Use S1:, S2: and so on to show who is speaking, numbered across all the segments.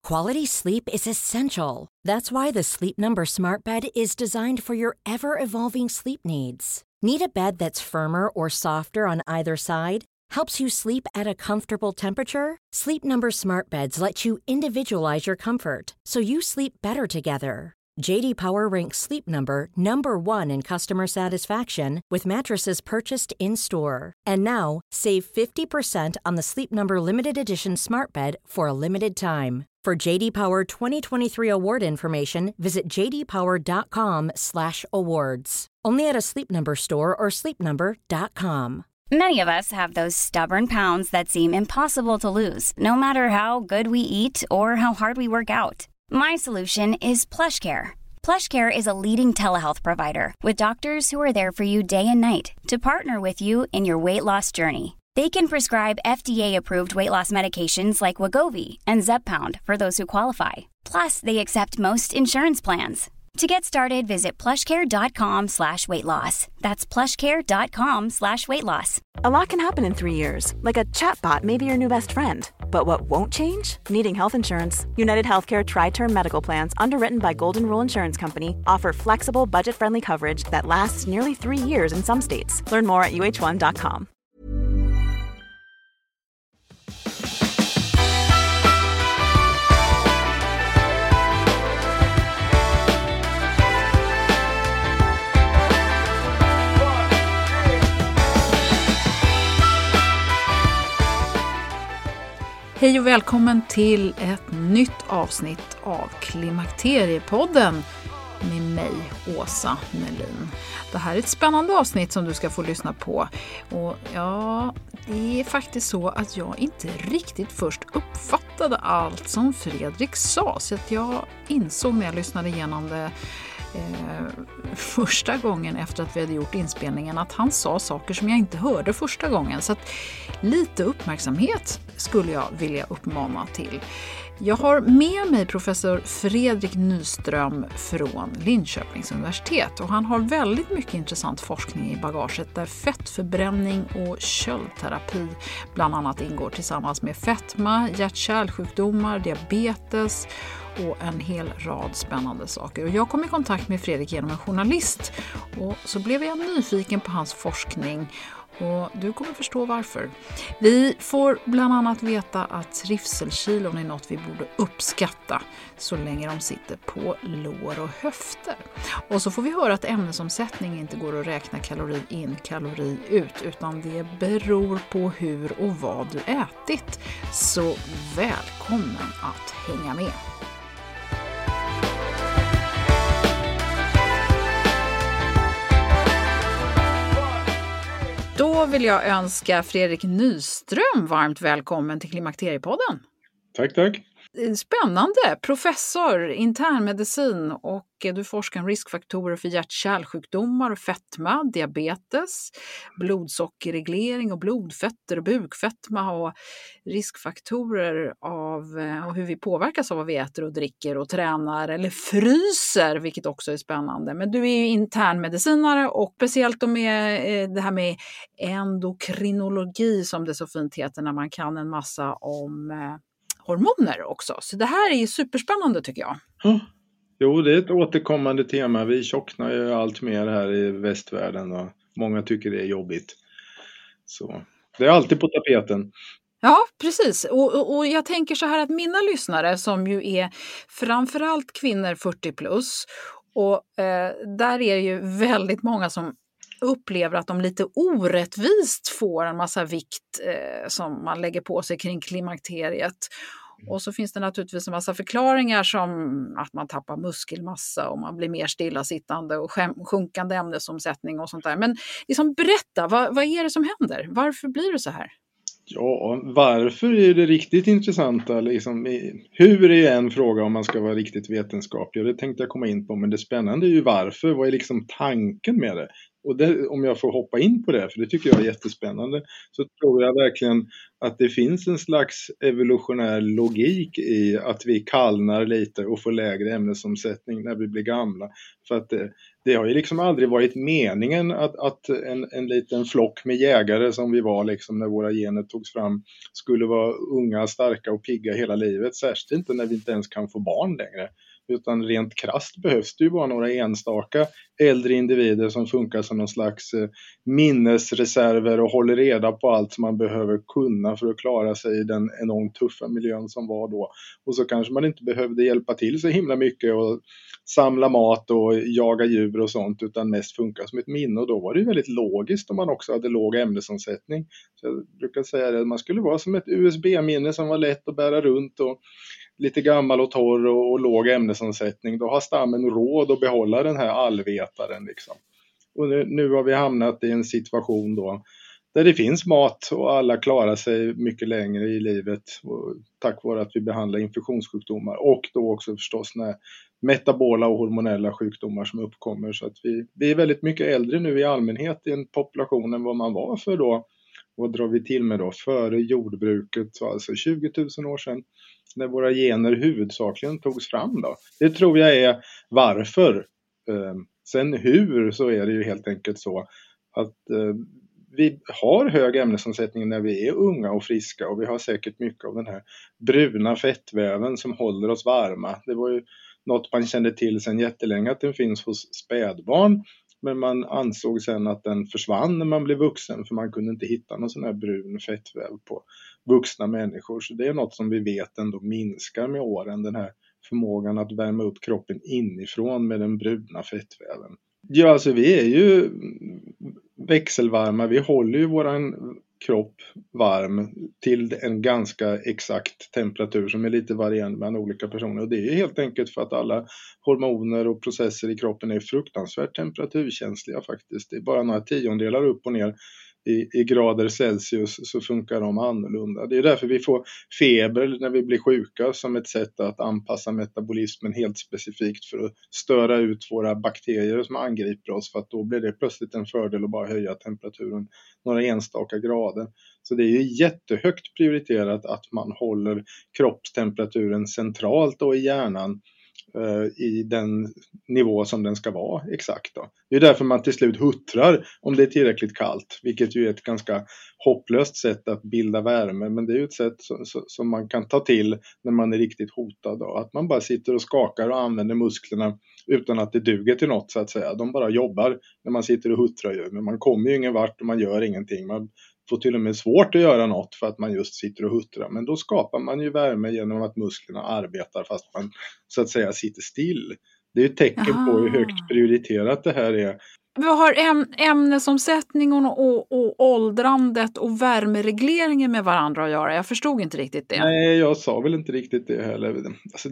S1: Quality sleep is essential. That's why the Sleep Number Smart Bed is designed for your ever-evolving sleep needs. Need a bed that's firmer or softer on either side? Helps you sleep at a comfortable temperature? Sleep Number Smart Beds let you individualize your comfort, so you sleep better together. J.D. Power ranks Sleep Number #1 in customer satisfaction with mattresses purchased in-store. And now, save 50% on the Sleep Number Limited Edition Smart Bed for a limited time. For J.D. Power 2023 award information, visit jdpower.com/awards. Only at a Sleep Number store or sleepnumber.com.
S2: Many of us have those stubborn pounds that seem impossible to lose, no matter how good we eat or how hard we work out. My solution is PlushCare. PlushCare is a leading telehealth provider with doctors who are there for you day and night to partner with you in your weight loss journey. They can prescribe FDA-approved weight loss medications like Wegovy and Zepbound for those who qualify. Plus, they accept most insurance plans. To get started, visit plushcare.com/weightloss. That's plushcare.com/weightloss.
S3: A lot can happen in 3 years, like a chatbot may be your new best friend. But what won't change? Needing health insurance. United Healthcare Tri-Term Medical Plans, underwritten by Golden Rule Insurance Company, offer flexible, budget-friendly coverage that lasts nearly 3 years in some states. Learn more at uh1.com.
S4: Hej och välkommen till ett nytt avsnitt av Klimakteriepodden med mig, Åsa Melin. Det här är ett spännande avsnitt som du ska få lyssna på. Och ja, det är faktiskt så att jag inte riktigt först uppfattade allt som Fredrik sa. Så att jag insåg när jag lyssnade igenom det första gången efter att vi hade gjort inspelningen att han sa saker som jag inte hörde första gången. Så att lite uppmärksamhet skulle jag vilja uppmana till. Jag har med mig professor Fredrik Nyström från Linköpings universitet och han har väldigt mycket intressant forskning i bagaget där fettförbränning och köldterapi bland annat ingår tillsammans med fetma, hjärt-kärlsjukdomar, diabetes och en hel rad spännande saker. Och jag kom i kontakt med Fredrik genom en journalist och så blev jag nyfiken på hans forskning och du kommer förstå varför. Vi får bland annat veta att trivselkilon är något vi borde uppskatta så länge de sitter på lår och höfter. Och så får vi höra att ämnesomsättning inte går att räkna kalori in, kalori ut utan det beror på hur och vad du ätit. Så välkommen att hänga med! Då vill jag önska Fredrik Nyström varmt välkommen till Klimakteriepodden.
S5: Tack, tack.
S4: Spännande. Professor, internmedicin och du forskar om riskfaktorer för hjärt-kärlsjukdomar och fetma, diabetes, blodsockerreglering och blodfetter och bukfetma och riskfaktorer av och hur vi påverkas av vad vi äter och dricker och tränar eller fryser, vilket också är spännande. Men du är ju internmedicinare och speciellt med det här med endokrinologi som det så fint heter när man kan en massa om hormoner också. Så det här är ju superspännande tycker jag.
S5: Jo, det är ett återkommande tema. Vi tjocknar ju allt mer här i västvärlden och många tycker det är jobbigt. Så det är alltid på tapeten.
S4: Ja, precis. Och jag tänker så här att mina lyssnare som ju är framförallt kvinnor 40 plus och där är ju väldigt många som upplever att de lite orättvist får en massa vikt som man lägger på sig kring klimakteriet. Och så finns det naturligtvis en massa förklaringar som att man tappar muskelmassa och man blir mer stillasittande och sjunkande ämnesomsättning och sånt där. Men liksom berätta, vad är det som händer? Varför blir det så här?
S5: Ja, varför är det riktigt intressanta? Liksom, hur är en fråga om man ska vara riktigt vetenskaplig? Det tänkte jag komma in på, men det spännande är ju varför. Vad är liksom tanken med det? Och det, om jag får hoppa in på det, för det tycker jag är jättespännande, så tror jag verkligen att det finns en slags evolutionär logik i att vi kallnar lite och får lägre ämnesomsättning när vi blir gamla. För att det har ju liksom aldrig varit meningen att en liten flock med jägare som vi var liksom när våra gener togs fram skulle vara unga, starka och pigga hela livet. Särskilt inte när vi inte ens kan få barn längre. Utan rent krasst behövs det ju bara några enstaka äldre individer som funkar som någon slags minnesreserver och håller reda på allt som man behöver kunna för att klara sig i den enormt tuffa miljön som var då. Och så kanske man inte behövde hjälpa till så himla mycket och samla mat och jaga djur och sånt, utan mest funkar som ett minne. Och då var det ju väldigt logiskt om man också hade låg ämnesomsättning. Så jag brukar säga det, att man skulle vara som ett USB-minne som var lätt att bära runt och lite gammal och torr och låg ämnesomsättning. Då har stammen råd att behålla den här allvetaren liksom. Och nu har vi hamnat i en situation då där det finns mat och alla klarar sig mycket längre i livet tack vare att vi behandlar infektionssjukdomar och då också förstås när metabola och hormonella sjukdomar som uppkommer. Så att vi är väldigt mycket äldre nu i allmänhet i en population än vad man var för då. Vad drar vi till med då? Före jordbruket, alltså 20 000 år sedan, när våra gener huvudsakligen togs fram då. Det tror jag är varför. Sen hur, så är det ju helt enkelt så att vi har hög ämnesomsättning när vi är unga och friska, och vi har säkert mycket av den här bruna fettväven som håller oss varma. Det var ju något man kände till sedan jättelänge att den finns hos spädbarn. Men man ansåg sen att den försvann när man blev vuxen, för man kunde inte hitta någon sån här brun fettväv på vuxna människor. Så det är något som vi vet ändå minskar med åren, den här förmågan att värma upp kroppen inifrån med den bruna fettväven. Ja, alltså vi är ju växelvarma, vi håller ju våran kropp varm till en ganska exakt temperatur som är lite varierande mellan olika personer. Och det är helt enkelt för att alla hormoner och processer i kroppen är fruktansvärt temperaturkänsliga faktiskt. Det är bara några tiondelar upp och ner i grader Celsius så funkar de annorlunda. Det är därför vi får feber när vi blir sjuka, som ett sätt att anpassa metabolismen helt specifikt för att störa ut våra bakterier som angriper oss, för att då blir det plötsligt en fördel att bara höja temperaturen några enstaka grader. Så det är ju jättehögt prioriterat att man håller kroppstemperaturen centralt och i hjärnan i den nivå som den ska vara exakt då. Det är därför man till slut huttrar om det är tillräckligt kallt, vilket ju är ett ganska hopplöst sätt att bilda värme, men det är ju ett sätt som man kan ta till när man är riktigt hotad då. Att man bara sitter och skakar och använder musklerna utan att det duger till något så att säga. De bara jobbar när man sitter och huttrar ju, men man kommer ju ingen vart och man gör ingenting. Man får till och med svårt att göra något för att man just sitter och huttrar. Men då skapar man ju värme genom att musklerna arbetar fast man så att säga sitter still. Det är ett tecken på hur högt prioriterat det här är.
S4: Vad har ämnesomsättningen och åldrandet och värmeregleringen med varandra att göra? Jag förstod inte riktigt det.
S5: Nej, jag sa väl inte riktigt det heller. Alltså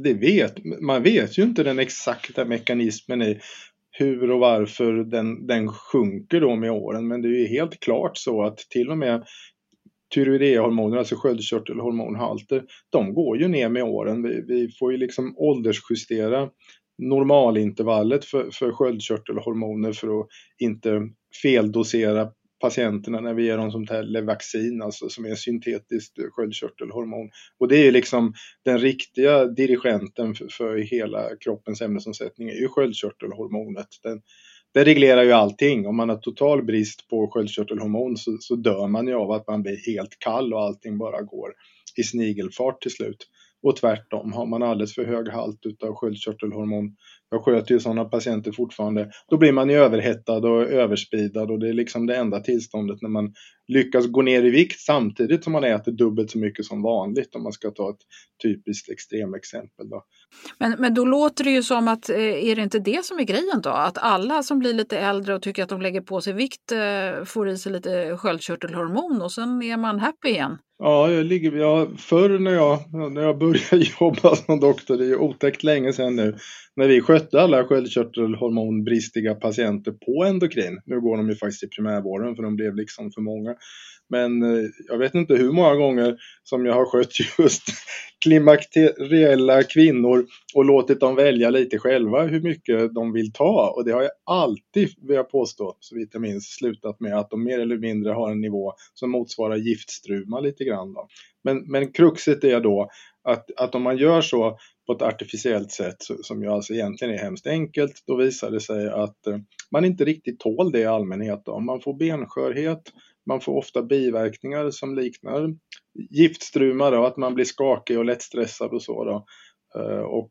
S5: man vet ju inte den exakta mekanismen i hur och varför den sjunker då med åren. Men det är ju helt klart så att till och med tyreoidehormoner, alltså sköldkörtelhormonhalter, de går ju ner med åren. Vi får ju liksom åldersjustera normalintervallet för sköldkörtelhormoner för att inte feldosera patienterna när vi ger dem som Levaxin, alltså som är syntetiskt sköldkörtelhormon. Och det är liksom den riktiga dirigenten för hela kroppens ämnesomsättning är ju sköldkörtelhormonet. Det reglerar ju allting. Om man har total brist på sköldkörtelhormon så dör man ju av att man blir helt kall och allting bara går i snigelfart till slut. Och tvärtom, har man alldeles för hög halt av sköldkörtelhormon, jag sköter ju sådana patienter fortfarande, då blir man ju överhettad och överspidad, och det är liksom det enda tillståndet när man lyckas gå ner i vikt samtidigt som man äter dubbelt så mycket som vanligt, om man ska ta ett typiskt extremexempel då.
S4: Men då låter det ju som att, är det inte det som är grejen då? Att alla som blir lite äldre och tycker att de lägger på sig vikt får i sig lite sköldkörtelhormon och sen är man happy igen?
S5: Ja, förr när jag började jobba som doktor, det är ju otäckt länge sedan nu, när vi skötte stötte alla sköldkörtelhormonbristiga patienter på endokrin. Nu går de ju faktiskt i primärvården för de blev liksom för många. Men jag vet inte hur många gånger som jag har skött just klimakteriella kvinnor och låtit dem välja lite själva hur mycket de vill ta. Och det har jag alltid, vill jag påstå, så vitt jag minns, slutat med att de mer eller mindre har en nivå som motsvarar giftstruma lite grann då. Men kruxet är då att om man gör så på ett artificiellt sätt som ju alltså egentligen är hemskt enkelt, då visar det sig att man inte riktigt tål det i allmänhet då. Man får benskörhet, man får ofta biverkningar som liknar giftstruma då, att man blir skakig och lättstressad och så då. Och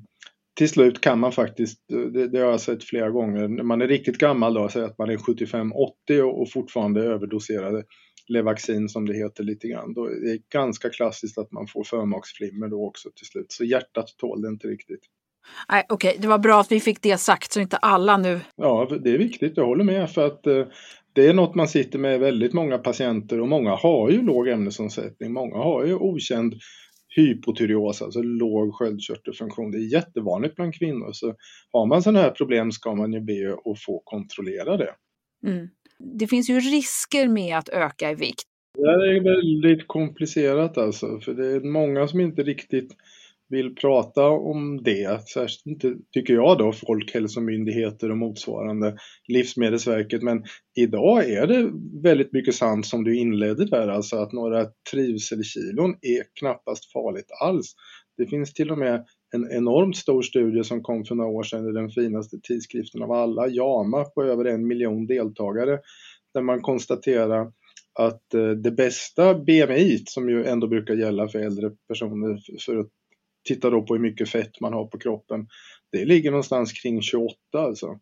S5: till slut kan man faktiskt, det har jag sett flera gånger, när man är riktigt gammal då, säger att man är 75-80 och fortfarande överdoserade Levaxin som det heter lite grann. Då är det ganska klassiskt att man får förmaksflimmer då också till slut. Så hjärtat tål det inte riktigt.
S4: Nej, okej, det var bra att vi fick det sagt så inte alla nu...
S5: Ja, det är viktigt, jag håller med, för att det är något man sitter med väldigt många patienter och många har ju låg ämnesomsättning. Många har ju okänd hypotyreos, alltså låg sköldkörtelfunktion. Det är jättevanligt bland kvinnor, så har man sådana här problem ska man ju be att få kontrollera det.
S4: Mm. Det finns ju risker med att öka i vikt.
S5: Det är väldigt komplicerat alltså, för det är många som inte riktigt vill prata om det. Särskilt inte, tycker jag då, Folkhälsomyndigheter och motsvarande, Livsmedelsverket. Men idag är det väldigt mycket sant som du inledde där, alltså att några trivselkilon är knappast farligt alls. Det finns till och med en enormt stor studie som kom för några år sedan i den finaste tidskriften av alla, JAMA, på över 1 miljon deltagare, där man konstaterar att det bästa BMI, som ju ändå brukar gälla för äldre personer för att titta då på hur mycket fett man har på kroppen, det ligger någonstans kring 28 alltså.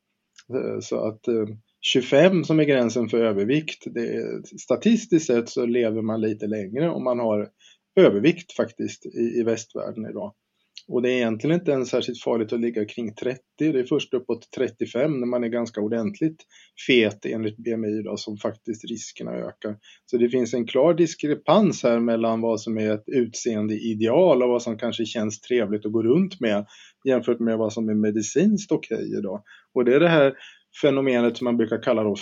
S5: Så att 25 som är gränsen för övervikt, statistiskt sett så lever man lite längre om man har övervikt faktiskt i västvärlden idag. Och det är egentligen inte ens särskilt farligt att ligga kring 30. Det är först uppåt 35 när man är ganska ordentligt fet enligt BMI då, som faktiskt riskerna ökar. Så det finns en klar diskrepans här mellan vad som är ett utseende ideal och vad som kanske känns trevligt att gå runt med jämfört med vad som är medicinskt okej idag. Och det är det här fenomenet som man brukar kalla då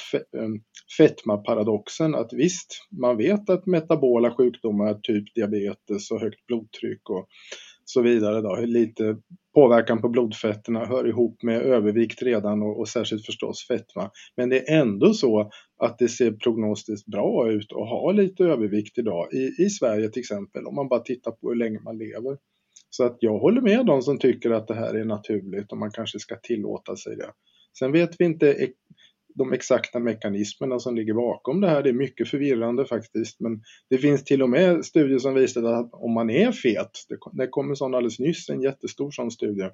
S5: fetmaparadoxen, att visst, man vet att metabola sjukdomar, typ diabetes och högt blodtryck och så vidare då, lite påverkan på blodfetterna hör ihop med övervikt redan och särskilt förstås fetma. Men det är ändå så att det ser prognostiskt bra ut att ha lite övervikt idag i Sverige till exempel, om man bara tittar på hur länge man lever. Så att jag håller med de som tycker att det här är naturligt och man kanske ska tillåta sig det. Sen vet vi inte de exakta mekanismerna som ligger bakom det här. Det är mycket förvirrande faktiskt. Men det finns till och med studier som visar att om man är fet, det kommer sån alldeles nyss, en jättestor sån studie.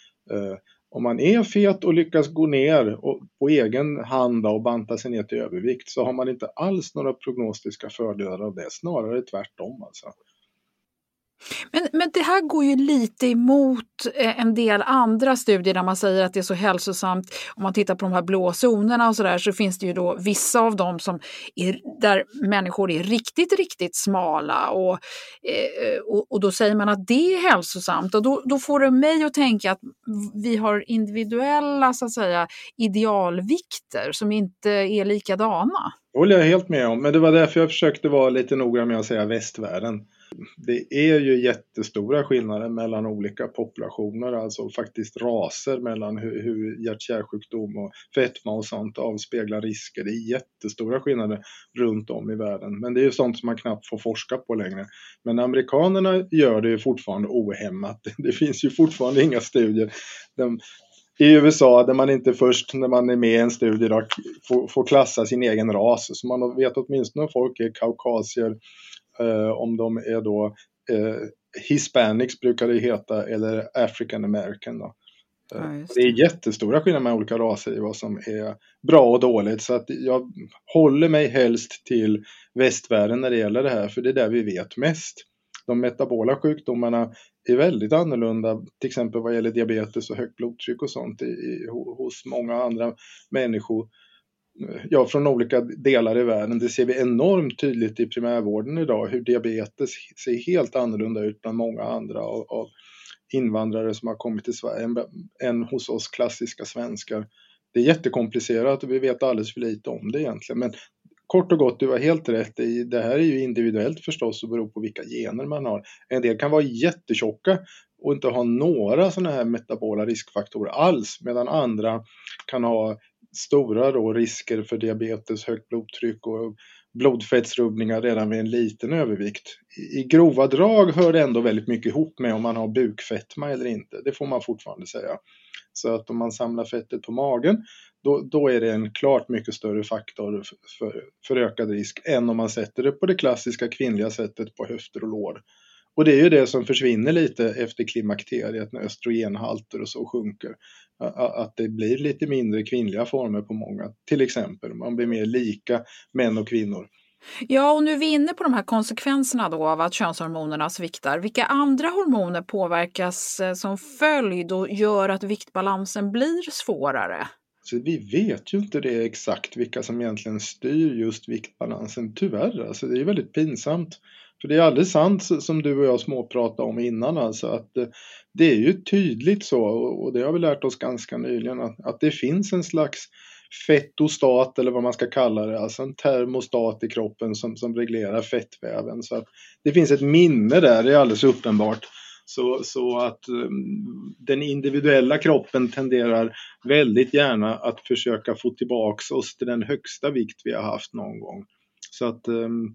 S5: Om man är fet och lyckas gå ner och på egen hand och banta sig ner till övervikt, så har man inte alls några prognostiska fördelar av det. Snarare tvärtom alltså.
S4: Men det här går ju lite emot en del andra studier där man säger att det är så hälsosamt. Om man tittar på de här blå zonerna och sådär, så finns det ju då vissa av dem som där människor är riktigt, riktigt smala och då säger man att det är hälsosamt, och då får det mig att tänka att vi har individuella, så att säga, idealvikter som inte är likadana.
S5: Det håller jag helt med om, men det var därför jag försökte vara lite noga med att säga västvärlden. Det är ju jättestora skillnader mellan olika populationer, alltså faktiskt raser mellan hur hjärt-kärlsjukdom och fetma och sånt avspeglar risker. Det är jättestora skillnader runt om i världen, men det är ju sånt som man knappt får forska på längre. Men amerikanerna gör det ju fortfarande ohämmat. Det finns ju fortfarande inga studier. I USA, där man inte först när man är med i en studie då, får klassa sin egen ras, så man vet åtminstone om folk är kaukasier, om de är då Hispanics brukar det heta, eller African American då. Det är jättestora skillnader med olika raser i vad som är bra och dåligt, så att jag håller mig helst till västvärlden när det gäller det här, för det är där vi vet mest. De metabola sjukdomarna är väldigt annorlunda, till exempel vad gäller diabetes och högt blodtryck och sånt hos många andra människor. Ja, från olika delar i världen. Det ser vi enormt tydligt i primärvården idag, hur diabetes ser helt annorlunda ut bland många andra av invandrare som har kommit till Sverige än hos oss klassiska svenskar. Det är jättekomplicerat och vi vet alldeles för lite om det egentligen. Men kort och gott, du har helt rätt. Det här är ju individuellt förstås och beror på vilka gener man har. En del kan vara jättetjocka och inte ha några sådana här metabola riskfaktorer alls. Medan andra kan ha stora risker för diabetes, högt blodtryck och blodfettsrubbningar redan vid en liten övervikt. I grova drag hör det ändå väldigt mycket ihop med om man har bukfetma eller inte. Det får man fortfarande säga. Så att om man samlar fettet på magen, då är det en klart mycket större faktor för ökad risk än om man sätter det på det klassiska kvinnliga sättet på höfter och lår. Och det är ju det som försvinner lite efter klimakteriet när östrogenhalter och så sjunker. Att det blir lite mindre kvinnliga former på många. Till exempel, man blir mer lika män och kvinnor.
S4: Ja, och nu är vi inne på de här konsekvenserna då av att könshormonerna sviktar. Vilka andra hormoner påverkas som följd och gör att viktbalansen blir svårare?
S5: Så vi vet ju inte det exakt vilka som egentligen styr just viktbalansen, tyvärr. Alltså det är väldigt pinsamt. För det är alldeles sant som du och jag småpratade om innan, alltså att det är ju tydligt så, och det har vi lärt oss ganska nyligen, att det finns en slags fettostat eller vad man ska kalla det, alltså en termostat i kroppen som reglerar fettväven. Så att det finns ett minne där, det är alldeles uppenbart. Så att den individuella kroppen tenderar väldigt gärna att försöka få tillbaka oss till den högsta vikt vi har haft någon gång. Så att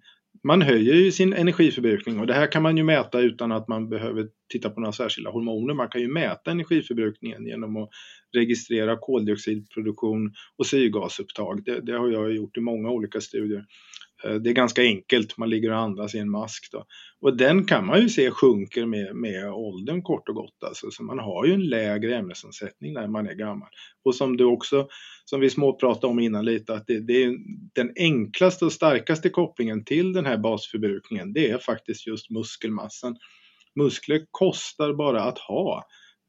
S5: man höjer ju sin energiförbrukning, och det här kan man ju mäta utan att man behöver titta på några särskilda hormoner. Man kan ju mäta energiförbrukningen genom att registrera koldioxidproduktion och syrgasupptag. Det har jag gjort i många olika studier. Det är ganska enkelt, man ligger och andas i en mask då. Och den kan man ju se sjunker med åldern kort och gott. Alltså. Så man har ju en lägre ämnesomsättning när man är gammal. Och som du också, som vi småpratade om innan lite, att det är den enklaste och starkaste kopplingen till den här basförbrukningen, det är faktiskt just muskelmassan. Muskler kostar bara att ha.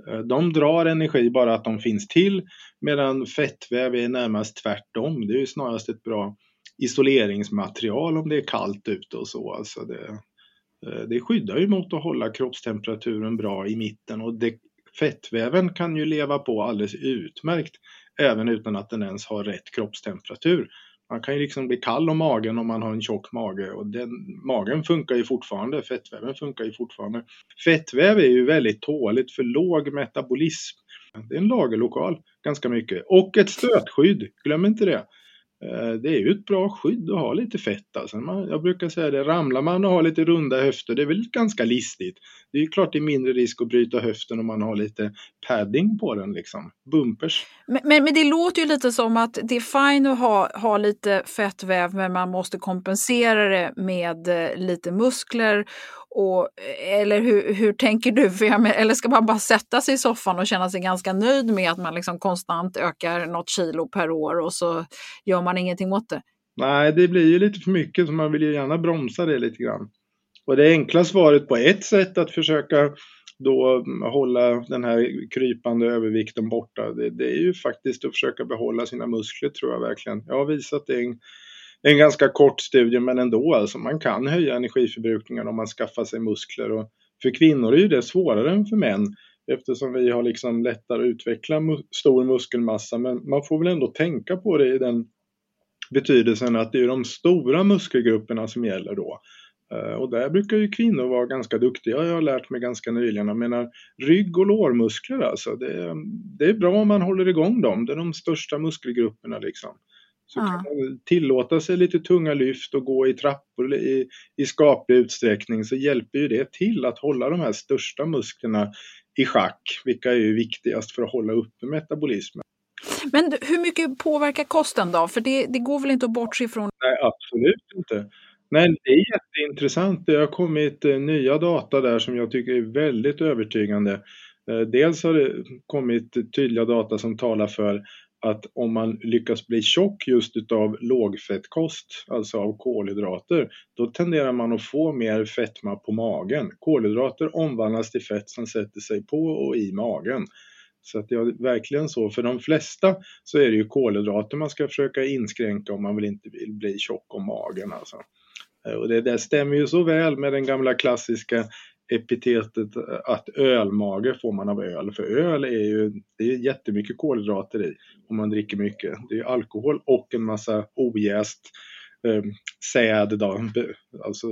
S5: De drar energi bara att de finns till, medan fettväv är närmast tvärtom. Det är ju snarast ett bra isoleringsmaterial om det är kallt ute och så. Alltså det skyddar ju mot att hålla kroppstemperaturen bra i mitten, och fettväven kan ju leva på alldeles utmärkt även utan att den ens har rätt kroppstemperatur. Man kan ju liksom bli kall om magen om man har en tjock mage, och magen funkar ju fortfarande, fettväven funkar ju fortfarande. Fettväv är ju väldigt tåligt för låg metabolism. Det är en lagerlokal ganska mycket, och ett stötskydd, glöm inte det. Det är ju ett bra skydd att ha lite fett. Alltså. Jag brukar säga det, ramlar man och har lite runda höfter, det är väl ganska listigt. Det är ju klart det är mindre risk att bryta höften om man har lite padding på den, liksom. Bumpers.
S4: Men det låter ju lite som att det är fint att ha lite fettväv, men man måste kompensera det med lite muskler. Eller hur tänker du? Eller ska man bara sätta sig i soffan och känna sig ganska nöjd med att man liksom konstant ökar något kilo per år och så gör man ingenting mot det?
S5: Nej, det blir ju lite för mycket, så man vill ju gärna bromsa det lite grann. Och det enkla svaret på ett sätt att försöka då hålla den här krypande övervikten borta, det är ju faktiskt att försöka behålla sina muskler, tror jag verkligen. Jag har visat det en ganska kort studie, men ändå, alltså man kan höja energiförbrukningen om man skaffar sig muskler, och för kvinnor är ju det svårare än för män eftersom vi har liksom lättare att utveckla stor muskelmassa, men man får väl ändå tänka på det i den betydelsen att det är de stora muskelgrupperna som gäller då. Och där brukar ju kvinnor vara ganska duktiga, jag har lärt mig ganska nyligen. Jag menar, rygg- och lårmuskler alltså, det är bra om man håller igång dem, det är de största muskelgrupperna liksom. Så kan man tillåta sig lite tunga lyft och gå i trappor i skaplig utsträckning, så hjälper ju det till att hålla de här största musklerna i schack, vilka är ju viktigast för att hålla uppe metabolismen.
S4: Men hur mycket påverkar kosten då? För det går väl inte att bortse ifrån?
S5: Nej, absolut inte. Nej, det är jätteintressant. Det har kommit nya data där som jag tycker är väldigt övertygande. Dels har det kommit tydliga data som talar för att om man lyckas bli tjock just utav lågfettkost, alltså av kolhydrater, då tenderar man att få mer fetma på magen. Kolhydrater omvandlas till fett som sätter sig på och i magen. Så att det är verkligen så. För de flesta så är det ju kolhydrater man ska försöka inskränka om man inte vill bli tjock om magen. Alltså. Och det stämmer ju så väl med den gamla klassiska epitetet att ölmage får man av öl. För öl det är jättemycket kolhydrater i om man dricker mycket. Det är alkohol och en massa ojäst säd då, alltså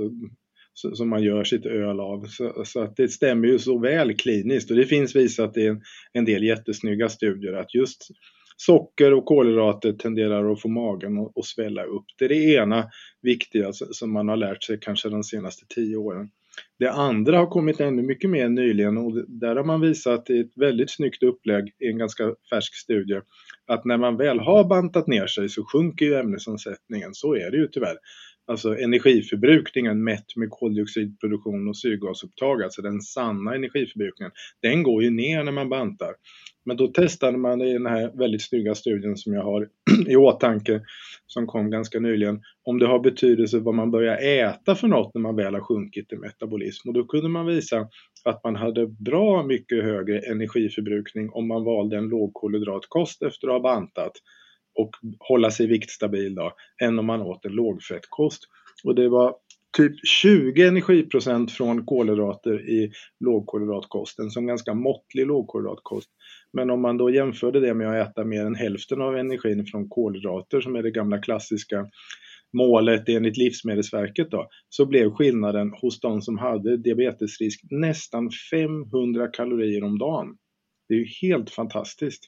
S5: som man gör sitt öl av. Så att det stämmer ju så väl kliniskt. Och det finns visat i en del jättesnygga studier att just socker och kolhydrater tenderar att få magen att svälla upp. Det är det ena viktiga som man har lärt sig kanske de senaste 10 åren. Det andra har kommit ännu mycket mer nyligen och där har man visat i ett väldigt snyggt upplägg i en ganska färsk studie att när man väl har bantat ner sig så sjunker ju ämnesomsättningen. Så är det ju tyvärr. Alltså energiförbrukningen mätt med koldioxidproduktion och syrgasupptag, alltså den sanna energiförbrukningen, den går ju ner när man bantar. Men då testade man i den här väldigt snygga studien som jag har i åtanke som kom ganska nyligen om det har betydelse vad man börjar äta för något när man väl har sjunkit i metabolism. Och då kunde man visa att man hade bra mycket högre energiförbrukning om man valde en lågkolhydratkost efter att ha bantat och hålla sig viktstabil då, än om man åt en lågfettkost. Och det var typ 20 energiprocent från kolhydrater i lågkolhydratkosten som ganska måttlig lågkolhydratkost. Men om man då jämförde det med att äta mer än hälften av energin från kolhydrater som är det gamla klassiska målet enligt Livsmedelsverket då, så blev skillnaden hos de som hade diabetesrisk nästan 500 kalorier om dagen. Det är ju helt fantastiskt.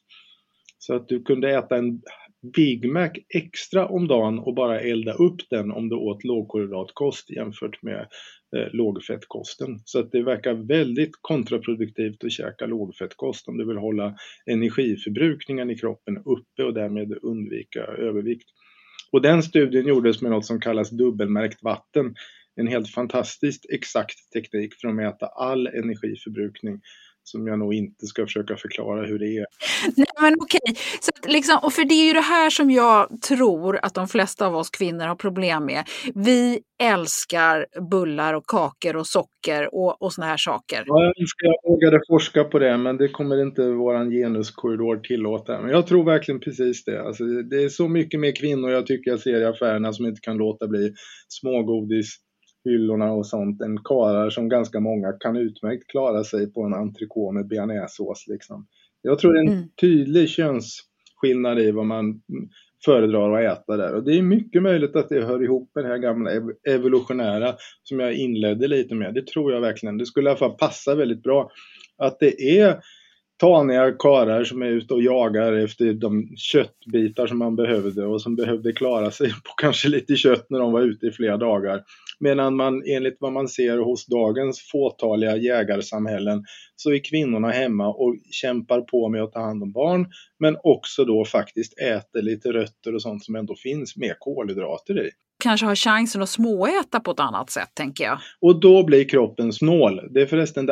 S5: Så att du kunde äta en Big Mac extra om dagen och bara elda upp den om du åt lågkolhydratkost jämfört med lågfettkosten. Så att det verkar väldigt kontraproduktivt att käka lågfettkost om du vill hålla energiförbrukningen i kroppen uppe och därmed undvika övervikt. Och den studien gjordes med något som kallas dubbelmärkt vatten. En helt fantastiskt exakt teknik för att mäta all energiförbrukning som jag nog inte ska försöka förklara hur det är.
S4: Nej, men okej. Så att liksom, och för det är ju det här som jag tror att de flesta av oss kvinnor har problem med. Vi älskar bullar och kakor och socker och såna här saker.
S5: Ja, jag vågade forska på det, men det kommer inte våran genuskorridor tillåta. Men jag tror verkligen precis det. Alltså, det är så mycket mer kvinnor jag tycker jag ser i affärerna som inte kan låta bli smågodis, hyllorna och sånt, en karar som ganska många kan utmärkt klara sig på en entrecote med bearnaisesås liksom. Jag tror det är en tydlig könsskillnad i vad man föredrar att äta där. Och det är mycket möjligt att det hör ihop med det här gamla evolutionära som jag inledde lite med. Det tror jag verkligen. Det skulle i alla fall passa väldigt bra att det är taniga karar som är ute och jagar efter de köttbitar som man behövde och som behövde klara sig på kanske lite kött när de var ute i flera dagar. Medan man enligt vad man ser hos dagens fåtaliga jägarsamhällen så är kvinnorna hemma och kämpar på med att ta hand om barn, men också då faktiskt äter lite rötter och sånt som ändå finns med kolhydrater i.
S4: Kanske har chansen att småäta på ett annat sätt, tänker jag.
S5: Och då blir kroppen snål. Det är förresten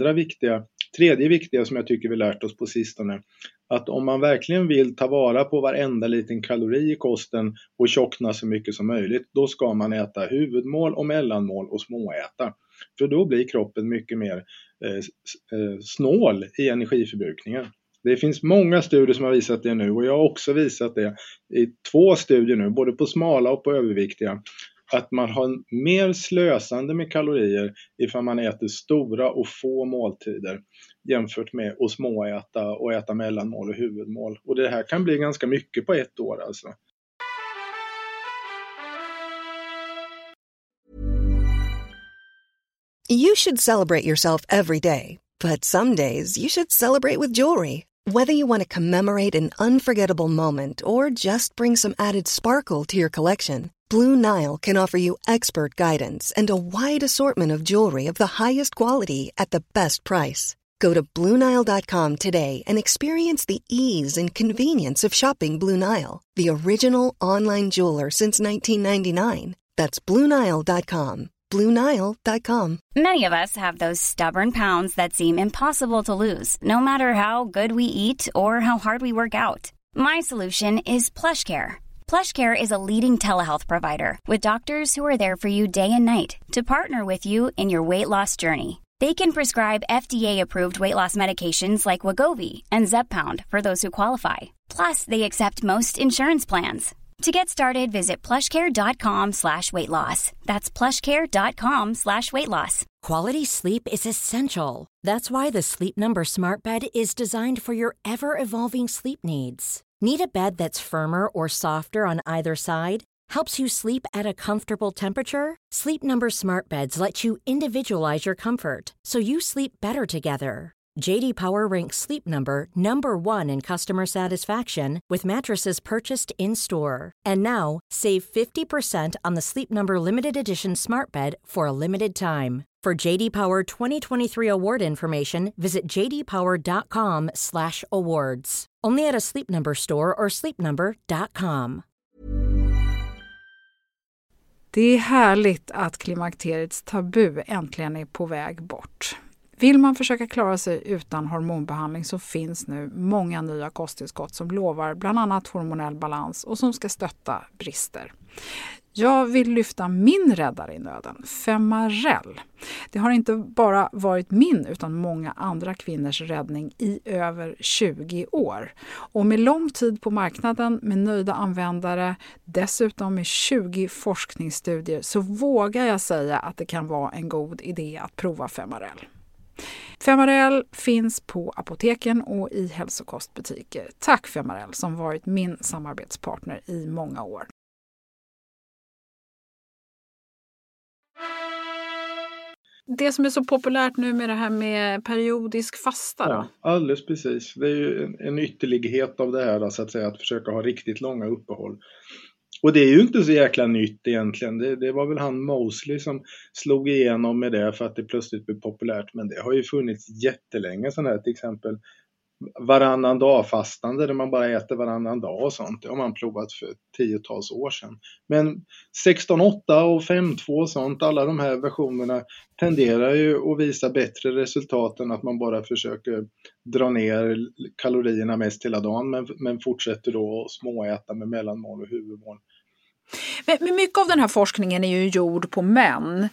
S5: det tredje viktiga som jag tycker vi lärt oss på sistone. Att om man verkligen vill ta vara på varenda liten kalori i kosten och tjockna så mycket som möjligt, då ska man äta huvudmål och mellanmål och småäta. För då blir kroppen mycket mer snål i energiförbrukningen. Det finns många studier som har visat det nu och jag har också visat det i 2 studier nu, både på smala och på överviktiga. Att man har mer slösande med kalorier ifall man äter stora och få måltider jämfört med att småäta och äta mellanmål och huvudmål. Och det här kan bli ganska mycket på 1 år alltså.
S6: You should celebrate yourself every day, but some days you should celebrate with jewelry. Whether you want to commemorate an unforgettable moment or just bring some added sparkle to your collection, Blue Nile can offer you expert guidance and a wide assortment of jewelry of the highest quality at the best price. Go to BlueNile.com today and experience the ease and convenience of shopping Blue Nile, the original online jeweler since 1999. That's BlueNile.com. BlueNile.com.
S2: Many of us have those stubborn pounds that seem impossible to lose, no matter how good we eat or how hard we work out. My solution is PlushCare. PlushCare is a leading telehealth provider with doctors who are there for you day and night to partner with you in your weight loss journey. They can prescribe FDA-approved weight loss medications like Wegovy and Zepbound for those who qualify. Plus, they accept most insurance plans. To get started, visit plushcare.com/weightloss. That's plushcare.com/weightloss.
S1: Quality sleep is essential. That's why the Sleep Number Smart Bed is designed for your ever-evolving sleep needs. Need a bed that's firmer or softer on either side? Helps you sleep at a comfortable temperature? Sleep Number Smart Beds let you individualize your comfort, so you sleep better together. JD Power ranks Sleep Number #1 in customer satisfaction with mattresses purchased in-store. And now, save 50% on the Sleep Number Limited Edition Smart Bed for a limited time. For JD Power 2023 award information, visit jdpower.com/awards. Only at a Sleep Number store or sleepnumber.com.
S4: Det är härligt att klimakteriets tabu äntligen är på väg bort. Vill man försöka klara sig utan hormonbehandling så finns nu många nya kosttillskott som lovar bland annat hormonell balans och som ska stötta brister. Jag vill lyfta min räddare i nöden, Femarel. Det har inte bara varit min utan många andra kvinnors räddning i över 20 år. Och med lång tid på marknaden, med nöjda användare, dessutom med 20 forskningsstudier så vågar jag säga att det kan vara en god idé att prova Femarel. Femarel finns på apoteken och i hälsokostbutiker. Tack Femarel som varit min samarbetspartner i många år. Det som är så populärt nu med det här med periodisk fasta då?
S5: Ja, alldeles precis. Det är ju en ytterlighet av det här då, så att säga, att försöka ha riktigt långa uppehåll. Och det är ju inte så jäkla nytt egentligen. Det var väl han Mosley som slog igenom med det för att det plötsligt blev populärt. Men det har ju funnits jättelänge sån här, till exempel varannan dag fastande där man bara äter varannan dag och sånt. Det har man provat för 10-tals år sedan. Men 16-8 och 5-2 och sånt, alla de här versionerna tenderar ju att visa bättre resultat än att man bara försöker dra ner kalorierna mest hela dagen men fortsätter då att småäta med mellanmål och huvudmål.
S4: Men mycket av den här forskningen är ju gjord på män.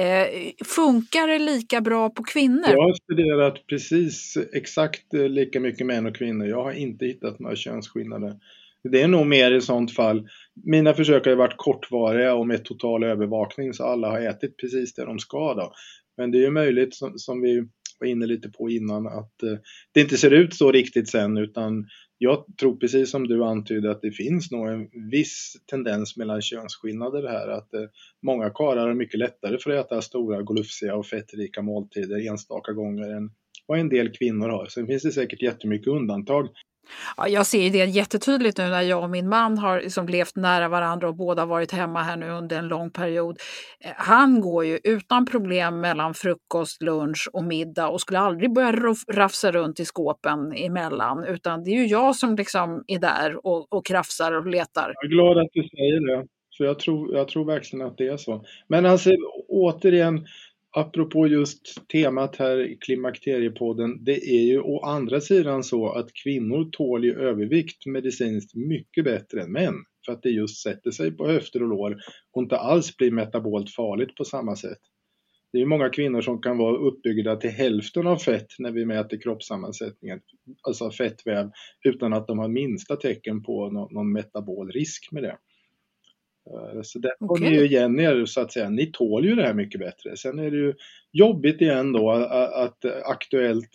S4: Funkar det lika bra på kvinnor?
S5: Jag har studerat precis exakt lika mycket män och kvinnor. Jag har inte hittat några könsskillnader. Det är nog mer i sånt fall. Mina försök har varit kortvariga och med total övervakning så alla har ätit precis det de ska då. Men det är ju möjligt som vi var inne lite på innan att det inte ser ut så riktigt sen, utan jag tror precis som du antydde att det finns nog en viss tendens mellan könsskillnader här, att många karlar har mycket lättare för att äta stora, glufsiga och fettrika måltider enstaka gånger än vad en del kvinnor har. Sen finns det säkert jättemycket undantag.
S4: Ja, jag ser det jättetydligt nu när jag och min man har liksom levt nära varandra och båda varit hemma här nu under en lång period. Han går ju utan problem mellan frukost, lunch och middag och skulle aldrig börja rafsa runt i skåpen emellan, utan det är ju jag som liksom är där och krafsar och letar.
S5: Jag är glad att du säger det, för jag tror verkligen att det är så. Men alltså återigen, apropå just temat här i Klimakteriepodden, det är ju å andra sidan så att kvinnor tål ju övervikt medicinskt mycket bättre än män. För att det just sätter sig på höfter och lår och inte alls blir metabolt farligt på samma sätt. Det är ju många kvinnor som kan vara uppbyggda till hälften av fett när vi mäter kroppssammansättningen, alltså fettväv, utan att de har minsta tecken på någon metabol risk med det. Så där får ni ju igen er, så att säga. Ni tål ju det här mycket bättre. Sen är det ju jobbigt igen då att aktuellt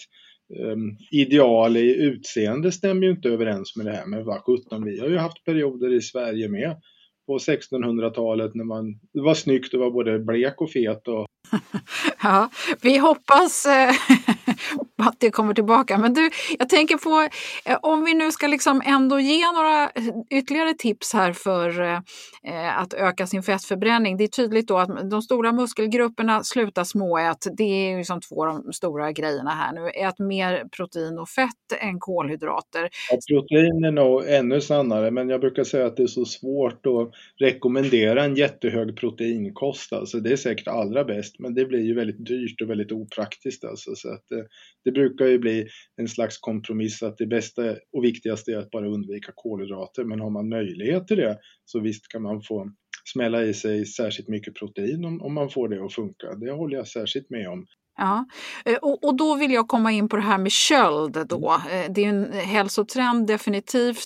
S5: ideal i utseende stämmer ju inte överens med det här. Men vad 17, vi har ju haft perioder i Sverige med på 1600-talet när det var snyggt och var både blek och fet och...
S4: Ja, vi hoppas att det kommer tillbaka. Men du, jag tänker på om vi nu ska liksom ändå ge några ytterligare tips här för att öka sin fettförbränning. Det är tydligt då att de stora muskelgrupperna slutar småät. Det är ju som två av de stora grejerna här nu. Ät mer protein och fett än kolhydrater.
S5: Ja, protein är nog ännu sannare, men jag brukar säga att det är så svårt att rekommendera en jättehög proteinkost. Alltså det är säkert allra bäst, men det blir ju väldigt dyrt och väldigt opraktiskt. Alltså, så att det brukar ju bli en slags kompromiss att det bästa och viktigaste är att bara undvika kolhydrater. Men har man möjlighet till det så visst kan man få smälla i sig särskilt mycket protein om man får det att funka. Det håller jag särskilt med om.
S4: Ja, och då vill jag komma in på det här med köld då. Det är en hälsotrend definitivt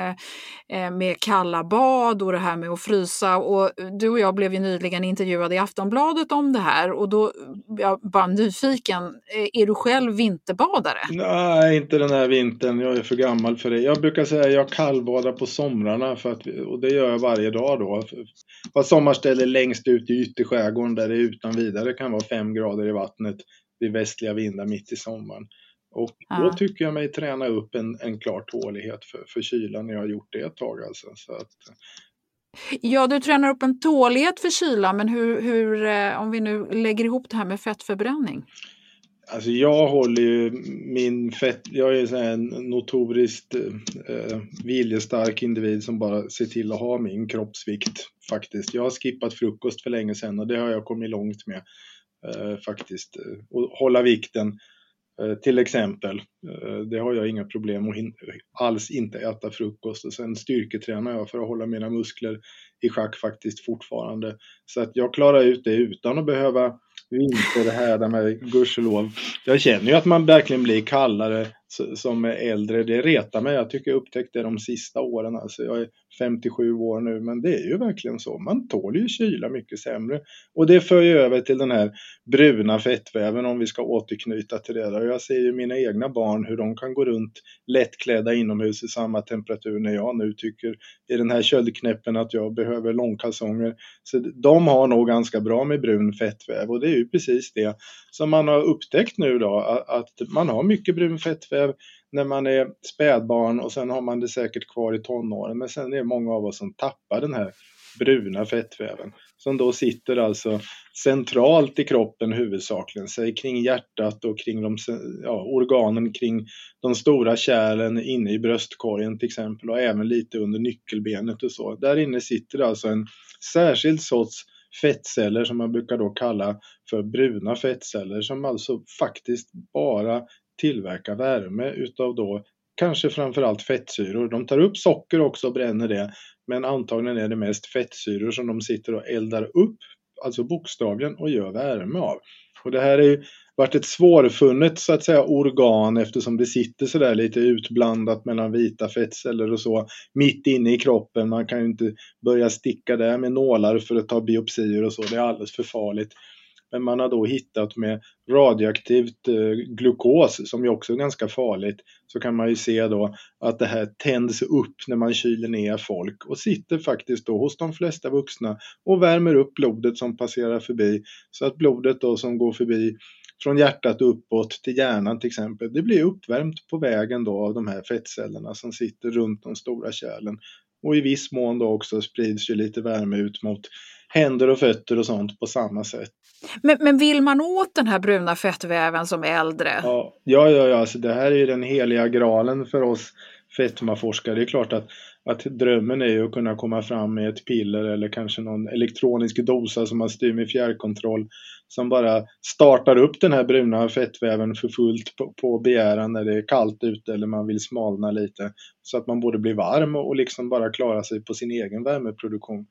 S4: med kalla bad och det här med att frysa. Och du och jag blev ju nyligen intervjuade i Aftonbladet om det här och då jag bara nyfiken, är du själv vinterbadare?
S5: Nej, inte den här vintern. Jag är för gammal för det. Jag brukar säga att jag kallbadar på somrarna och det gör jag varje dag då. På sommarställe längst ut i ytterskärgården där det utan vidare kan vara 5 grader i vattnet vid västliga vindar mitt i sommaren. Och då tycker jag mig träna upp en klar tålighet för kylan när jag har gjort det ett tag. Alltså. Så att...
S4: Ja, du tränar upp en tålighet för kyla, men hur om vi nu lägger ihop det här med fettförbränning?
S5: Alltså jag håller ju jag är en notoriskt viljestark individ som bara ser till att ha min kroppsvikt faktiskt. Jag har skippat frukost för länge sedan och det har jag kommit långt med faktiskt. Och hålla vikten till exempel. Det har jag inga problem att alls inte äta frukost och sen styrketränar jag för att hålla mina muskler i schack faktiskt fortfarande. Så att jag klarar ut det utan att behöva vinter här där med gudskelov. Jag känner ju att man verkligen blir kallare som är äldre. Det retar mig. Jag tycker jag upptäckte det de sista åren. Alltså jag är 57 år nu, men det är ju verkligen så. Man tål ju kyla mycket sämre. Och det för ju över till den här bruna fettväven om vi ska återknyta till det där. Jag ser ju mina egna barn hur de kan gå runt lättklädda inomhus i samma temperatur när jag nu tycker i den här köldknäppen att jag behöver långkalsonger. Så de har nog ganska bra med brun fettväv och det är ju precis det som man har upptäckt nu då, att man har mycket brun fettväv när man är spädbarn och sen har man det säkert kvar i tonåren, men sen är det många av oss som tappar den här bruna fettväven som då sitter alltså centralt i kroppen huvudsakligen, säg kring hjärtat och kring organen kring de stora kärlen inne i bröstkorgen till exempel och även lite under nyckelbenet och så. Där inne sitter alltså en särskild sorts fettceller som man brukar då kalla för bruna fettceller som alltså faktiskt bara tillverkar värme utav då kanske framförallt fettsyror. De tar upp socker också och bränner det, men antagligen är det mest fettsyror som de sitter och eldar upp, alltså bokstavligen, och gör värme av. Och det här är ju varit ett svårfunnet så att säga organ eftersom det sitter så där lite utblandat mellan vita fettceller och så mitt inne i kroppen. Man kan ju inte börja sticka där med nålar för att ta biopsier och så, det är alldeles för farligt. Men man har då hittat med radioaktivt glukos som ju också är ganska farligt, så kan man ju se då att det här tänds upp när man kyler ner folk och sitter faktiskt då hos de flesta vuxna och värmer upp blodet som passerar förbi, så att blodet då som går förbi från hjärtat uppåt till hjärnan till exempel, det blir uppvärmt på vägen då av de här fettcellerna som sitter runt de stora kärlen. Och i viss mån då också sprids ju lite värme ut mot händer och fötter och sånt på samma sätt.
S4: Men vill man åt den här bruna fettväven som äldre?
S5: Ja. Alltså det här är ju den heliga graalen för oss fetmaforskare. Det är klart att drömmen är ju att kunna komma fram med ett piller eller kanske någon elektronisk dosa som man styr med fjärrkontroll som bara startar upp den här bruna fettväven för fullt på begäran när det är kallt ute eller man vill smalna lite, så att man borde bli varm och liksom bara klara sig på sin egen värmeproduktion.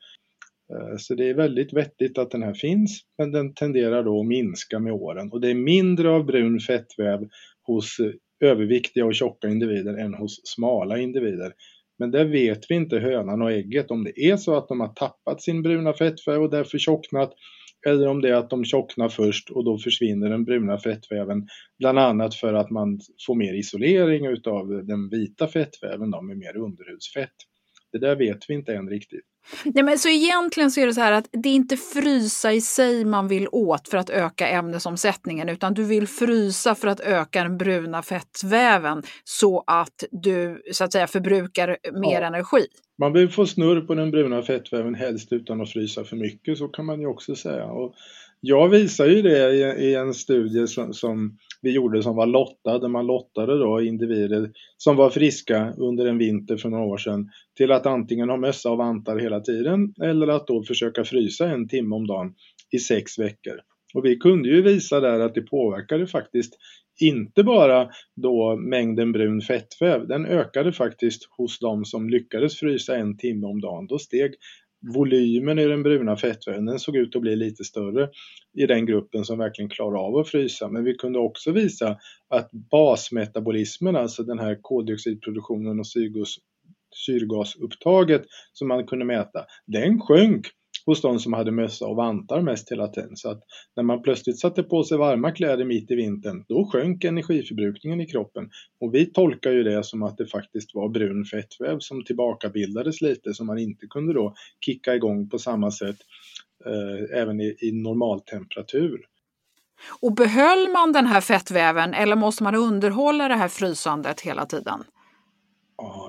S5: Så det är väldigt vettigt att den här finns, men den tenderar då att minska med åren. Och det är mindre av brun fettväv hos överviktiga och tjocka individer än hos smala individer. Men där vet vi inte hönan och ägget om det är så att de har tappat sin bruna fettväv och därför tjocknat, eller om det är att de tjocknar först och då försvinner den bruna fettväven, bland annat för att man får mer isolering utav den vita fettväven då, med mer underhudsfett. Det där vet vi inte än riktigt.
S4: Nej, men så egentligen så är det så här att det är inte frysa i sig man vill åt för att öka ämnesomsättningen, utan du vill frysa för att öka den bruna fettväven så att du så att säga förbrukar mer energi. Man
S5: vill få snurr på den bruna fettväven helst utan att frysa för mycket, så kan man ju också säga. Och jag visar ju det i en studie som vi gjorde som var lottad, där man lottade då individer som var friska under en vinter för några år sedan till att antingen ha mössa och vantar hela tiden eller att då försöka frysa 1 timme om dagen i 6 veckor. Och vi kunde ju visa där att det påverkade faktiskt inte bara då mängden brun fettväv, den ökade faktiskt hos de som lyckades frysa 1 timme om dagen. Då steg volymen i den bruna fettväven såg ut att bli lite större i den gruppen som verkligen klarar av att frysa. Men vi kunde också visa att basmetabolismen, alltså den här koldioxidproduktionen och syrgasupptaget som man kunde mäta, den sjönk hos de som hade mössa och vantar mest hela tiden. Så att när man plötsligt satte på sig varma kläder mitt i vintern, då sjönk energiförbrukningen i kroppen. Och vi tolkar ju det som att det faktiskt var brun fettväv som tillbakabildades lite, som man inte kunde då kicka igång på samma sätt även i normal temperatur.
S4: Och behöll man den här fettväven eller måste man underhålla det här frysandet hela tiden?
S5: Ja,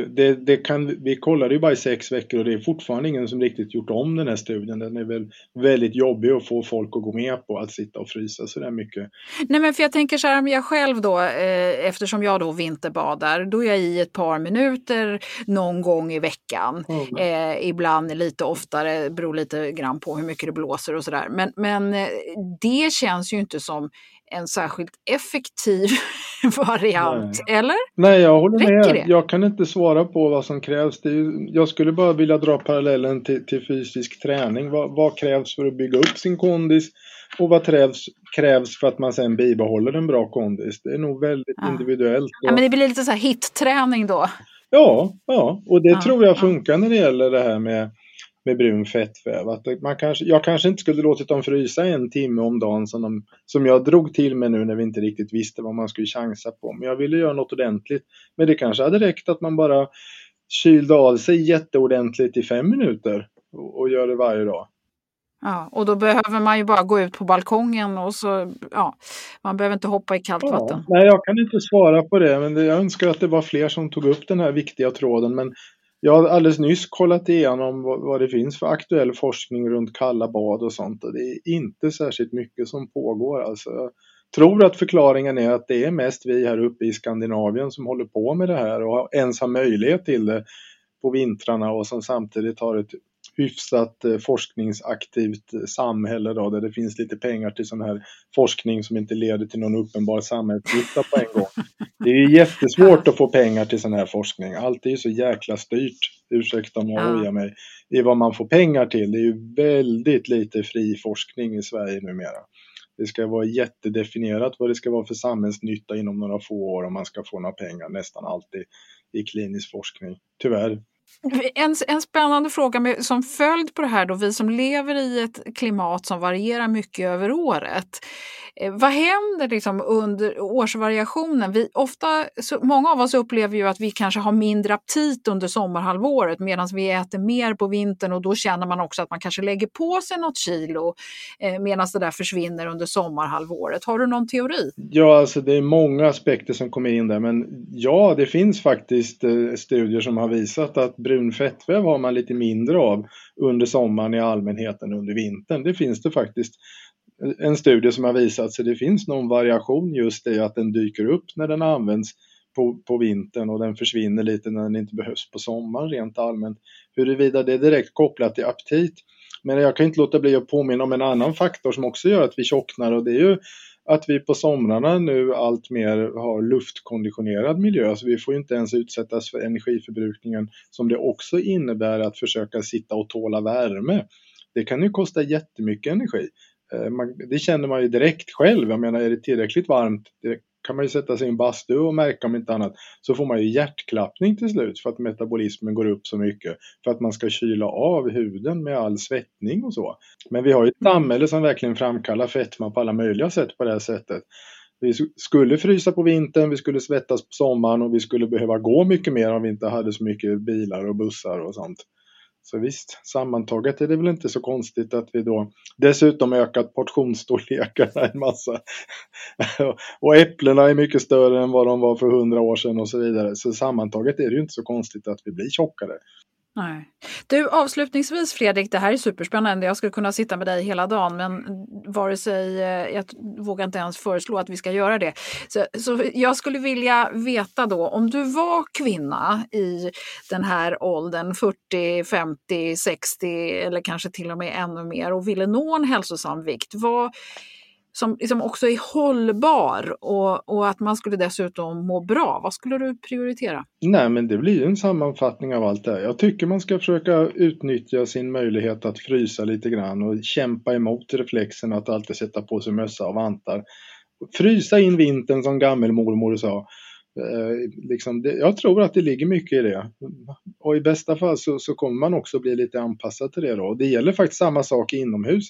S5: vi kollade ju bara i 6 veckor och det är fortfarande ingen som riktigt gjort om den här studien. Den är väl väldigt jobbig att få folk att gå med på att sitta och frysa så där mycket.
S4: Nej, men för jag tänker så här, om jag själv då, eftersom jag då vinterbadar, då är jag i ett par minuter någon gång i veckan. Ibland lite oftare, beror lite grann på hur mycket det blåser och sådär. Men det känns ju inte som en särskilt effektiv variant, eller?
S5: Nej, jag håller
S4: Räcker
S5: med.
S4: det?
S5: Jag kan inte svara på vad som krävs. Jag skulle bara vilja dra parallellen till fysisk träning. Vad krävs för att bygga upp sin kondis och vad krävs för att man sen bibehåller en bra kondis? Det är nog väldigt individuellt.
S4: Ja, men det blir lite så här hit-träning då.
S5: Ja, och det tror jag funkar när det gäller det här med brun fettväv. Att jag kanske inte skulle låtit dem frysa 1 timme om dagen som jag drog till med nu när vi inte riktigt visste vad man skulle chansa på. Men jag ville göra något ordentligt. Men det kanske hade räckt att man bara kylde av sig jätteordentligt i 5 minuter och gör det varje dag.
S4: Ja, och då behöver man ju bara gå ut på balkongen och så, man behöver inte hoppa i kallt vatten.
S5: Nej, jag kan inte svara på det, men jag önskar att det var fler som tog upp den här viktiga tråden, men jag har alldeles nyss kollat igenom vad det finns för aktuell forskning runt kalla bad och sånt, och det är inte särskilt mycket som pågår. Alltså, jag tror att förklaringen är att det är mest vi här uppe i Skandinavien som håller på med det här och ens har möjlighet till det på vintrarna och som samtidigt har ett hyfsat forskningsaktivt samhälle då, där det finns lite pengar till sån här forskning som inte leder till någon uppenbar samhällsnytta på en gång. Det är jättesvårt att få pengar till sån här forskning. Allt är ju så jäkla styrt, ursäkta om jag hojar mig, i vad man får pengar till. Det är ju väldigt lite fri forskning i Sverige numera. Det ska vara jättedefinierat vad det ska vara för samhällsnytta inom några få år om man ska få några pengar, nästan alltid i klinisk forskning. Tyvärr.
S4: En spännande fråga som följd på det här då, vi som lever i ett klimat som varierar mycket över året. Vad händer liksom under årsvariationen? Många av oss upplever ju att vi kanske har mindre aptit under sommarhalvåret medan vi äter mer på vintern, och då känner man också att man kanske lägger på sig något kilo medan det där försvinner under sommarhalvåret. Har du någon teori? Ja,
S5: alltså det är många aspekter som kommer in där, men ja, det finns faktiskt studier som har visat att brun fettväv har man lite mindre av under sommaren i allmänhet än under vintern. Det finns det faktiskt en studie som har visat, så det finns någon variation just i att den dyker upp när den används på vintern och den försvinner lite när den inte behövs på sommaren rent allmänt. Huruvida det är direkt kopplat till aptit. Men jag kan inte låta bli att påminna om en annan faktor som också gör att vi tjocknar, och det är ju att vi på somrarna nu allt mer har luftkonditionerad miljö, så vi får inte ens utsättas för energiförbrukningen som det också innebär att försöka sitta och tåla värme. Det kan ju kosta jättemycket energi. Det känner man ju direkt själv. Jag menar, är det tillräckligt varmt, det kan man ju sätta sig i en bastu och märka om inte annat, så får man ju hjärtklappning till slut för att metabolismen går upp så mycket, för att man ska kyla av huden med all svettning och så. Men vi har ju ett samhälle som verkligen framkallar fetma på alla möjliga sätt på det här sättet. Vi skulle frysa på vintern, vi skulle svettas på sommaren och vi skulle behöva gå mycket mer om vi inte hade så mycket bilar och bussar och sånt. Så visst, sammantaget är det väl inte så konstigt att vi då dessutom ökat portionsstorlekarna en massa. Och äpplena är mycket större än vad de var för 100 år sedan och så vidare. Så sammantaget är det ju inte så konstigt att vi blir tjockare.
S4: Nej. Du, avslutningsvis Fredrik, det här är superspännande. Jag skulle kunna sitta med dig hela dagen, men jag vågar inte ens föreslå att vi ska göra det. Så jag skulle vilja veta då, om du var kvinna i den här åldern, 40, 50, 60 eller kanske till och med ännu mer, och ville nå en hälsosam vikt, som liksom också är hållbar och att man skulle dessutom må bra? Vad skulle du prioritera?
S5: Nej, men det blir ju en sammanfattning av allt det här. Jag tycker man ska försöka utnyttja sin möjlighet att frysa lite grann och kämpa emot reflexen att alltid sätta på sig mössa och vantar. Frysa in vintern som gammelmormor sa. Jag tror att det ligger mycket i det. Och i bästa fall så kommer man också bli lite anpassad till det då. Det gäller faktiskt samma sak inomhus.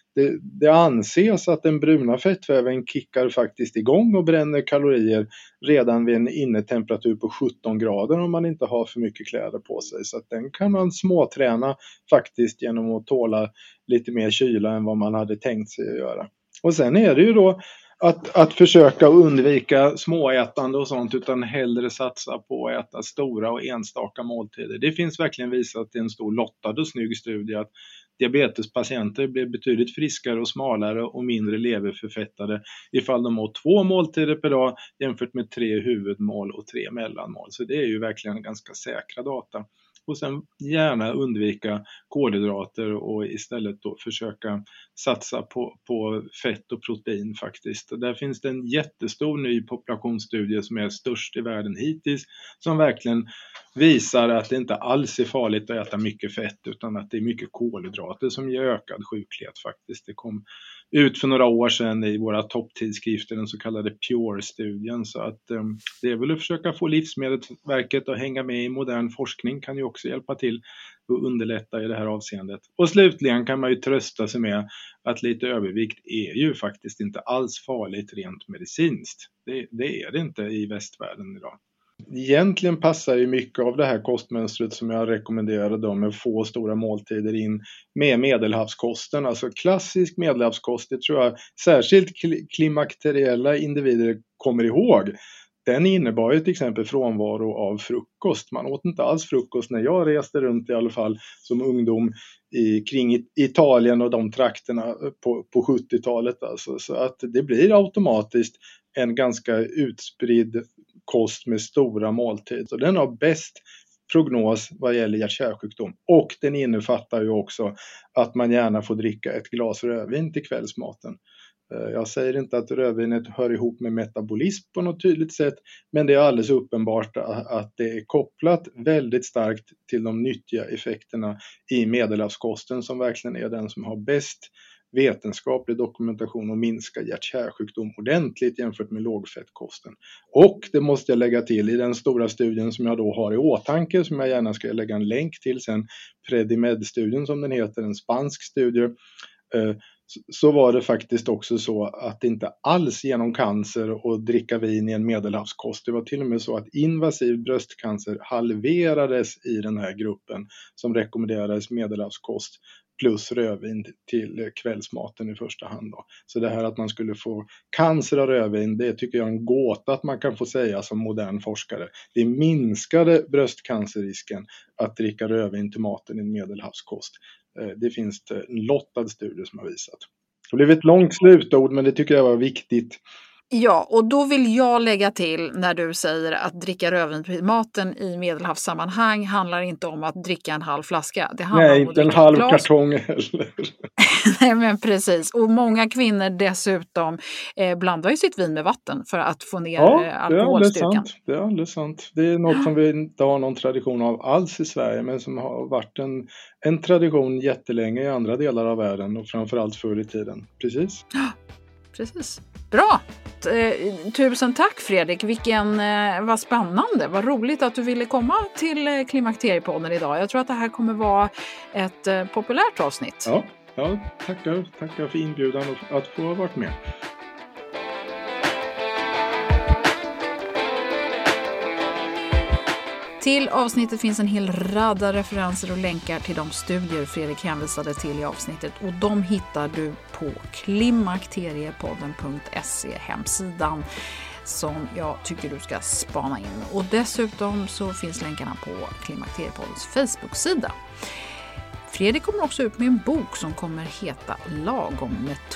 S5: Det anses att den bruna fettväven kickar faktiskt igång och bränner kalorier redan vid en innetemperatur på 17 grader om man inte har för mycket kläder på sig. Så att den kan man småträna faktiskt genom att tåla lite mer kyla än vad man hade tänkt sig att göra. Och sen är det ju då att försöka undvika småätande och sånt utan hellre satsa på att äta stora och enstaka måltider. Det finns verkligen visat i en stor lottad och snygg studie att diabetespatienter blir betydligt friskare och smalare och mindre leverförfettade ifall de åt 2 måltider per dag jämfört med 3 huvudmål och 3 mellanmål. Så det är ju verkligen ganska säkra data. Och sen gärna undvika kolhydrater och istället då försöka satsa på fett och protein faktiskt. Där finns det en jättestor ny populationsstudie som är störst i världen hittills som verkligen visar att det inte alls är farligt att äta mycket fett utan att det är mycket kolhydrater som ger ökad sjuklighet faktiskt. Det kom ut för några år sedan i våra topptidskrifter, den så kallade Pure-studien. Så att det är väl att försöka få Livsmedelsverket att hänga med i modern forskning kan ju också hjälpa till att underlätta i det här avseendet. Och slutligen kan man ju trösta sig med att lite övervikt är ju faktiskt inte alls farligt rent medicinskt. Det är det inte i västvärlden idag. Egentligen passar ju mycket av det här kostmönstret som jag rekommenderade med få stora måltider in med medelhavskosten. Alltså klassisk medelhavskost, det tror jag särskilt klimakteriella individer kommer ihåg. Den innebar ju till exempel frånvaro av frukost. Man åt inte alls frukost när jag reste runt i alla fall som ungdom kring Italien och de trakterna på 70-talet. Alltså. Så att det blir automatiskt en ganska utspridd kost med stora måltider. Så den har bäst prognos vad gäller hjärt-kärlsjukdom. Och den innefattar ju också att man gärna får dricka ett glas rödvin till kvällsmaten. Jag säger inte att rödvinet hör ihop med metabolism på något tydligt sätt, men det är alldeles uppenbart att det är kopplat väldigt starkt till de nyttiga effekterna i medelhavskosten som verkligen är den som har bäst vetenskaplig dokumentation och minska hjärt-kärlsjukdom ordentligt jämfört med lågfettkosten. Och det måste jag lägga till i den stora studien som jag då har i åtanke som jag gärna ska lägga en länk till sen, Predimed-studien som den heter, en spansk studie, så var det faktiskt också så att det inte alls genom cancer och dricka vin i en medelhavskost. Det var till och med så att invasiv bröstcancer halverades i den här gruppen som rekommenderades medelhavskost plus rödvin till kvällsmaten i första hand då. Så det här att man skulle få cancer av rödvin, det tycker jag är en gåta att man kan få säga som modern forskare. Det minskade bröstcancerrisken att dricka rödvin till maten i en medelhavskost. Det finns en lottad studie som har visat. Det blev ett långt slutord men det tycker jag var viktigt.
S4: Ja, och då vill jag lägga till när du säger att dricka rödvin till maten i medelhavssammanhang handlar inte om att dricka en halv flaska. Det handlar om att
S5: inte en halv kartong heller.
S4: Nej, men precis. Och många kvinnor dessutom blandar ju sitt vin med vatten för att få ner alkoholstyrkan.
S5: Det är alldeles sant. Det är något som vi inte har någon tradition av alls i Sverige men som har varit en tradition jättelänge i andra delar av världen och framförallt förr i tiden. Precis.
S4: Precis. Bra! Tusen tack Fredrik, vad spännande, vad roligt att du ville komma till Klimakteriepodden idag. Jag tror att det här kommer vara ett populärt avsnitt.
S5: Ja, tackar för inbjudan och att få ha varit med.
S4: Till avsnittet finns en hel radda referenser och länkar till de studier Fredrik hänvisade till i avsnittet och de hittar du på klimakteriepodden.se hemsidan som jag tycker du ska spana in. Och dessutom så finns länkarna på Klimakteriepoddens Facebook-sida. Fredrik kommer också ut med en bok som kommer heta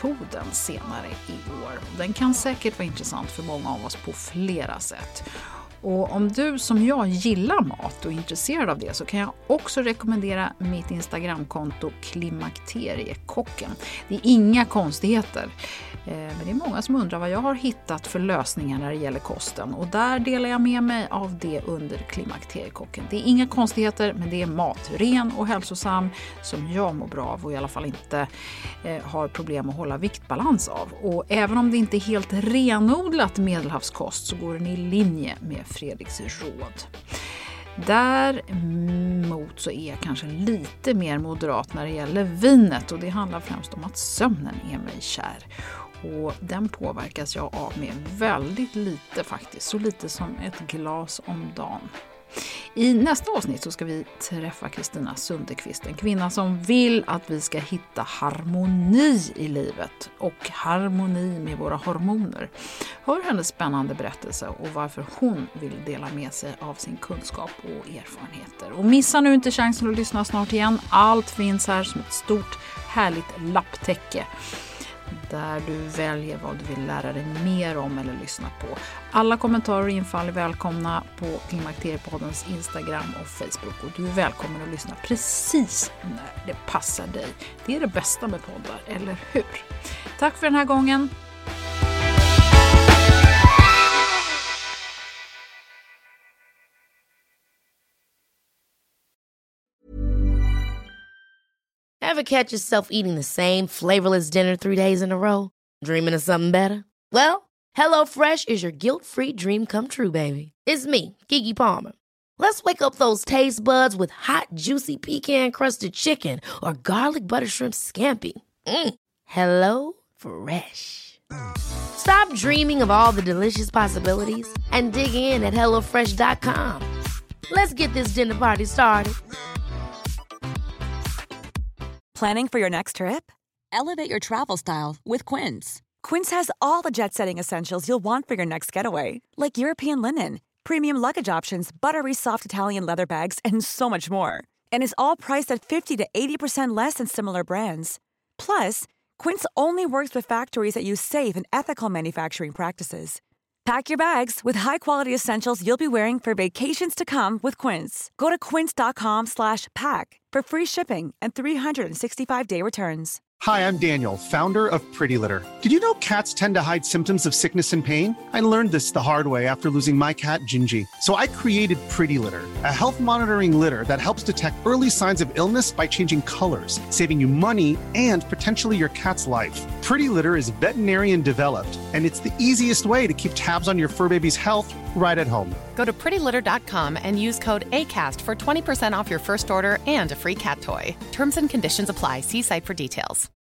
S4: Lagom-metoden senare i år. Den kan säkert vara intressant för många av oss på flera sätt. Och om du som jag gillar mat och är intresserad av det så kan jag också rekommendera mitt Instagramkonto Klimakteriekocken. Det är inga konstigheter, men det är många som undrar vad jag har hittat för lösningar när det gäller kosten. Och där delar jag med mig av det under Klimakteriekocken. Det är inga konstigheter, men det är mat, ren och hälsosam, som jag mår bra av och i alla fall inte har problem att hålla viktbalans av. Och även om det inte är helt renodlat medelhavskost så går den i linje med Fredriks råd. Däremot så är jag kanske lite mer moderat när det gäller vinet, och det handlar främst om att sömnen är mig kär. Och den påverkas jag av med väldigt lite faktiskt, så lite som ett glas om dagen. I nästa avsnitt så ska vi träffa Kristina Sundekvist, en kvinna som vill att vi ska hitta harmoni i livet och harmoni med våra hormoner. Hör hennes spännande berättelse och varför hon vill dela med sig av sin kunskap och erfarenheter. Och missa nu inte chansen att lyssna snart igen. Allt finns här som ett stort härligt lapptäcke, där du väljer vad du vill lära dig mer om eller lyssna på. Alla kommentarer och infall är välkomna på Klimakteriepoddens Instagram och Facebook. Och du är välkommen att lyssna precis när det passar dig. Det är det bästa med poddar, eller hur? Tack för den här gången.
S7: Ever catch yourself eating the same flavorless dinner 3 days in a row? Dreaming of something better? Well, HelloFresh is your guilt-free dream come true, baby. It's me, Keke Palmer. Let's wake up those taste buds with hot, juicy pecan-crusted chicken or garlic butter shrimp scampi. Hello Fresh. Stop dreaming of all the delicious possibilities and dig in at HelloFresh.com. Let's get this dinner party started.
S8: Planning for your next trip? Elevate your travel style with Quince. Quince has all the jet-setting essentials you'll want for your next getaway, like European linen, premium luggage options, buttery soft Italian leather bags, and so much more. And is all priced at 50 to 80% less than similar brands. Plus, Quince only works with factories that use safe and ethical manufacturing practices. Pack your bags with high-quality essentials you'll be wearing for vacations to come with Quince. Go to quince.com/pack for free shipping and 365-day returns.
S9: Hi, I'm Daniel, founder of Pretty Litter. Did you know cats tend to hide symptoms of sickness and pain? I learned this the hard way after losing my cat, Gingy. So I created Pretty Litter, a health monitoring litter that helps detect early signs of illness by changing colors, saving you money and potentially your cat's life. Pretty Litter is veterinarian developed, and it's the easiest way to keep tabs on your fur baby's health right at home.
S10: Go to prettylitter.com and use code ACAST for 20% off your first order and a free cat toy. Terms and conditions apply. See site for details.